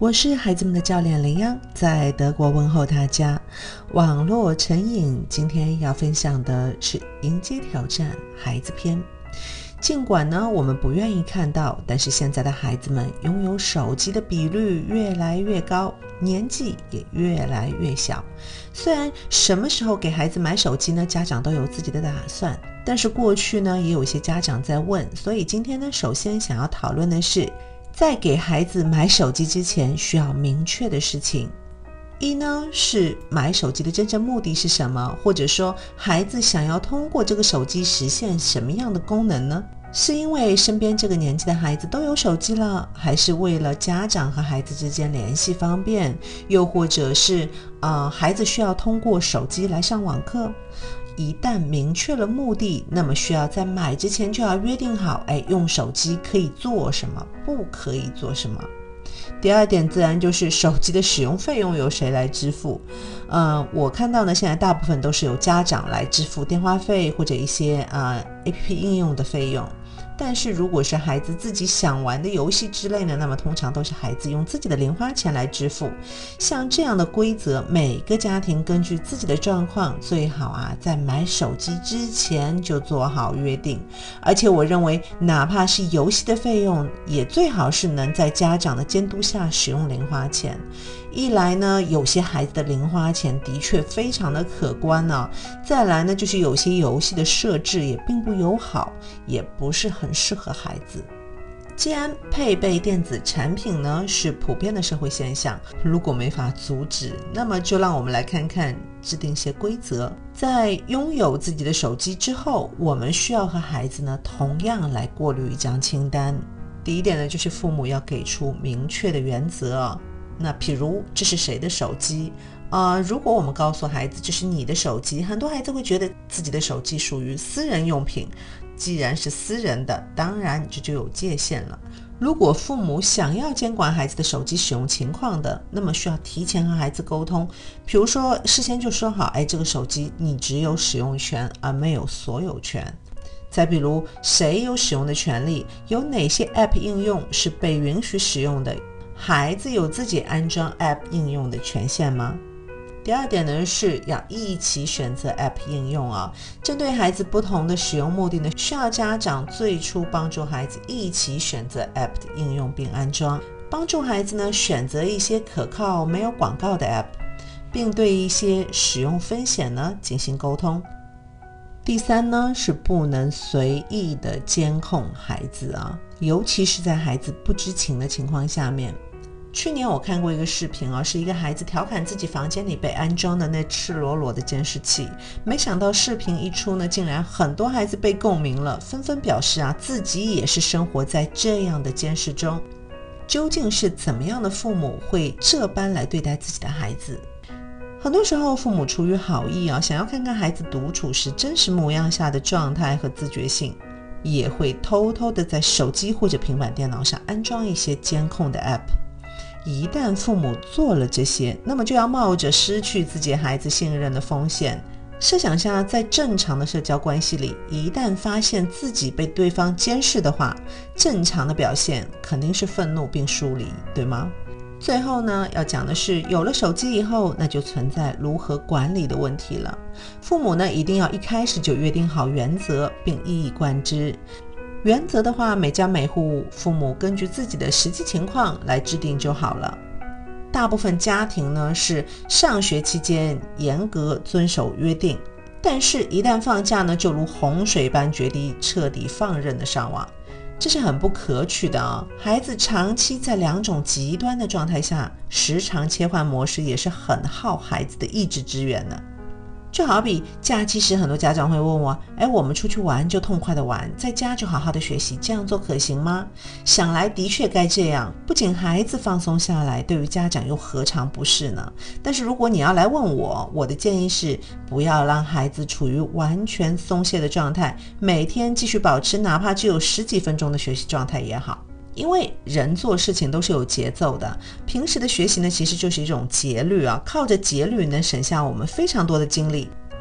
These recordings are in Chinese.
我是孩子们的教练林央，在德国问候大家。网络成瘾，今天要分享的是迎接挑战孩子篇。尽管呢我们不愿意看到，但是现在的孩子们拥有手机的比率越来越高，年纪也越来越小。虽然什么时候给孩子买手机呢，家长都有自己的打算，但是过去呢也有一些家长在问，所以今天呢首先想要讨论的是，在给孩子买手机之前需要明确的事情。一呢是买手机的真正目的是什么，或者说孩子想要通过这个手机实现什么样的功能呢？是因为身边这个年纪的孩子都有手机了，还是为了家长和孩子之间联系方便，又或者是孩子需要通过手机来上网课？一旦明确了目的，那么需要在买之前就要约定好，用手机可以做什么，不可以做什么。第二点自然就是手机的使用费用由谁来支付。我看到呢，现在大部分都是由家长来支付电话费或者一些APP 应用的费用。但是如果是孩子自己想玩的游戏之类呢，那么通常都是孩子用自己的零花钱来支付。像这样的规则，每个家庭根据自己的状况，最好在买手机之前就做好约定。而且我认为哪怕是游戏的费用，也最好是能在家长的监督下使用零花钱。一来呢，有些孩子的零花钱的确非常的可观再来呢，就是有些游戏的设置也并不友好，也不是很适合孩子。既然配备电子产品呢是普遍的社会现象，如果没法阻止，那么就让我们来看看制定一些规则。在拥有自己的手机之后，我们需要和孩子呢同样来过滤一张清单。第一点呢，就是父母要给出明确的原则。那譬如这是谁的手机如果我们告诉孩子这是你的手机，很多孩子会觉得自己的手机属于私人用品，既然是私人的，当然这就有界限了。如果父母想要监管孩子的手机使用情况的，那么需要提前和孩子沟通，比如说事先就说好，这个手机你只有使用权而没有所有权。再比如谁有使用的权利，有哪些 App 应用是被允许使用的，孩子有自己安装 App 应用的权限吗？第二点呢，是要一起选择 App 应用针对孩子不同的使用目的呢，需要家长最初帮助孩子一起选择 App 的应用并安装，帮助孩子呢选择一些可靠没有广告的 App， 并对一些使用风险呢进行沟通。第三呢，是不能随意的监控孩子尤其是在孩子不知情的情况下面。去年我看过一个视频是一个孩子调侃自己房间里被安装的那赤裸裸的监视器，没想到视频一出呢，竟然很多孩子被共鸣了，纷纷表示自己也是生活在这样的监视中。究竟是怎么样的父母会这般来对待自己的孩子？很多时候父母出于好意想要看看孩子独处时真实模样下的状态和自觉性，也会偷偷的在手机或者平板电脑上安装一些监控的 App。一旦父母做了这些，那么就要冒着失去自己孩子信任的风险。设想下，在正常的社交关系里，一旦发现自己被对方监视的话，正常的表现肯定是愤怒并疏离，对吗？最后呢，要讲的是，有了手机以后，那就存在如何管理的问题了。父母呢，一定要一开始就约定好原则，并一以贯之。原则的话，每家每户父母根据自己的实际情况来制定就好了。大部分家庭呢是上学期间严格遵守约定，但是一旦放假呢，就如洪水般决定彻底放任的上网，这是很不可取的孩子长期在两种极端的状态下，时常切换模式，也是很耗孩子的意志之源的。就好比假期时，很多家长会问我，我们出去玩就痛快的玩，在家就好好的学习，这样做可行吗？想来的确该这样，不仅孩子放松下来，对于家长又何尝不是呢？但是如果你要来问我的建议是，不要让孩子处于完全松懈的状态，每天继续保持哪怕只有10几分钟的学习状态也好。因为人做事情都是有节奏的，平时的学习呢，其实就是一种节律靠着节律能省下我们非常多的精力。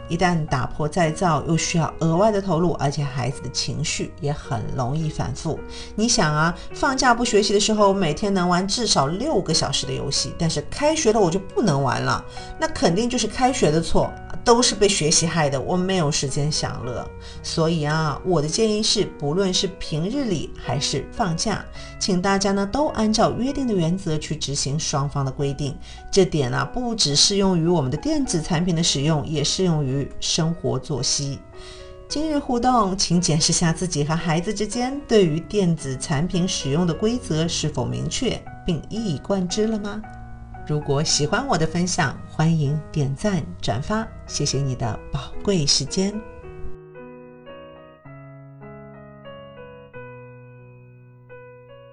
一旦打破再造，又需要额外的投入，而且孩子的情绪也很容易反复。你想啊，放假不学习的时候，每天能玩至少6个小时的游戏，但是开学了我就不能玩了，那肯定就是开学的错，都是被学习害的，我没有时间享乐。所以啊，我的建议是，不论是平日里还是放假，请大家呢都按照约定的原则去执行双方的规定。这点啊，不只适用于我们的电子产品的使用，也适用于生活作息。今日互动，请检视下自己和孩子之间对于电子产品使用的规则是否明确，并一以贯之了吗？如果喜欢我的分享，欢迎点赞转发，谢谢你的宝贵时间。